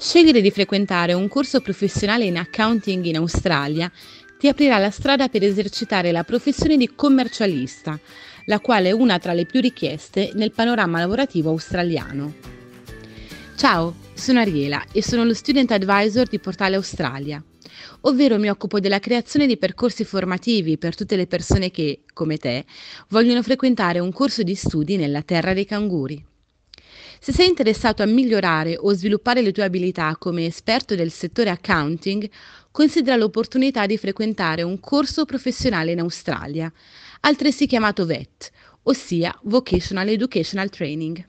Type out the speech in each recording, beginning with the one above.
Scegliere di frequentare un corso professionale in accounting in Australia ti aprirà la strada per esercitare la professione di commercialista, la quale è una tra le più richieste nel panorama lavorativo australiano. Ciao, sono Ariela e sono lo Student Advisor di Portale Australia, ovvero mi occupo della creazione di percorsi formativi per tutte le persone che, come te, vogliono frequentare un corso di studi nella terra dei canguri. Se sei interessato a migliorare o sviluppare le tue abilità come esperto del settore accounting, considera l'opportunità di frequentare un corso professionale in Australia, altresì chiamato VET, ossia Vocational Educational Training.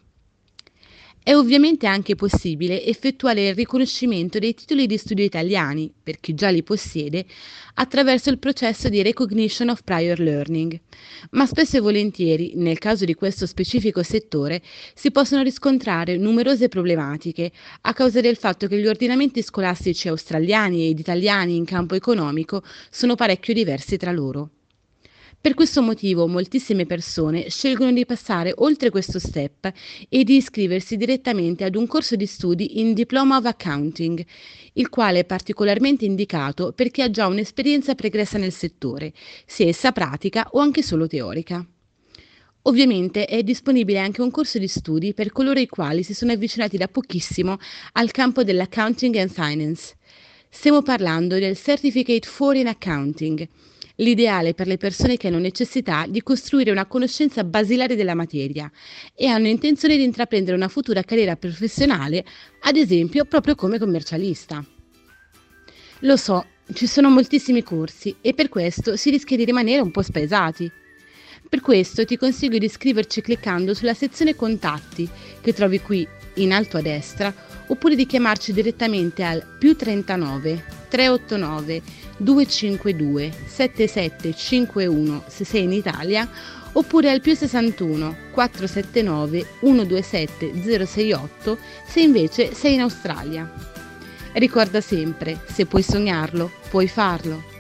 È ovviamente anche possibile effettuare il riconoscimento dei titoli di studio italiani, per chi già li possiede, attraverso il processo di Recognition of Prior Learning, ma spesso e volentieri, nel caso di questo specifico settore, si possono riscontrare numerose problematiche a causa del fatto che gli ordinamenti scolastici australiani ed italiani in campo economico sono parecchio diversi tra loro. Per questo motivo moltissime persone scelgono di passare oltre questo step e di iscriversi direttamente ad un corso di studi in Diploma of Accounting, il quale è particolarmente indicato per chi ha già un'esperienza pregressa nel settore, sia essa pratica o anche solo teorica. Ovviamente è disponibile anche un corso di studi per coloro i quali si sono avvicinati da pochissimo al campo dell'Accounting and Finance. Stiamo parlando del Certificate 4 in Accounting, l'ideale per le persone che hanno necessità di costruire una conoscenza basilare della materia e hanno intenzione di intraprendere una futura carriera professionale, ad esempio proprio come commercialista. Lo so, ci sono moltissimi corsi e per questo si rischia di rimanere un po' spaesati. Per questo ti consiglio di iscriverci cliccando sulla sezione Contatti che trovi qui in alto a destra oppure di chiamarci direttamente al +39 389 252 7751 se sei in Italia oppure al +61 479 127 068 se invece sei in Australia. Ricorda sempre, se puoi sognarlo, puoi farlo.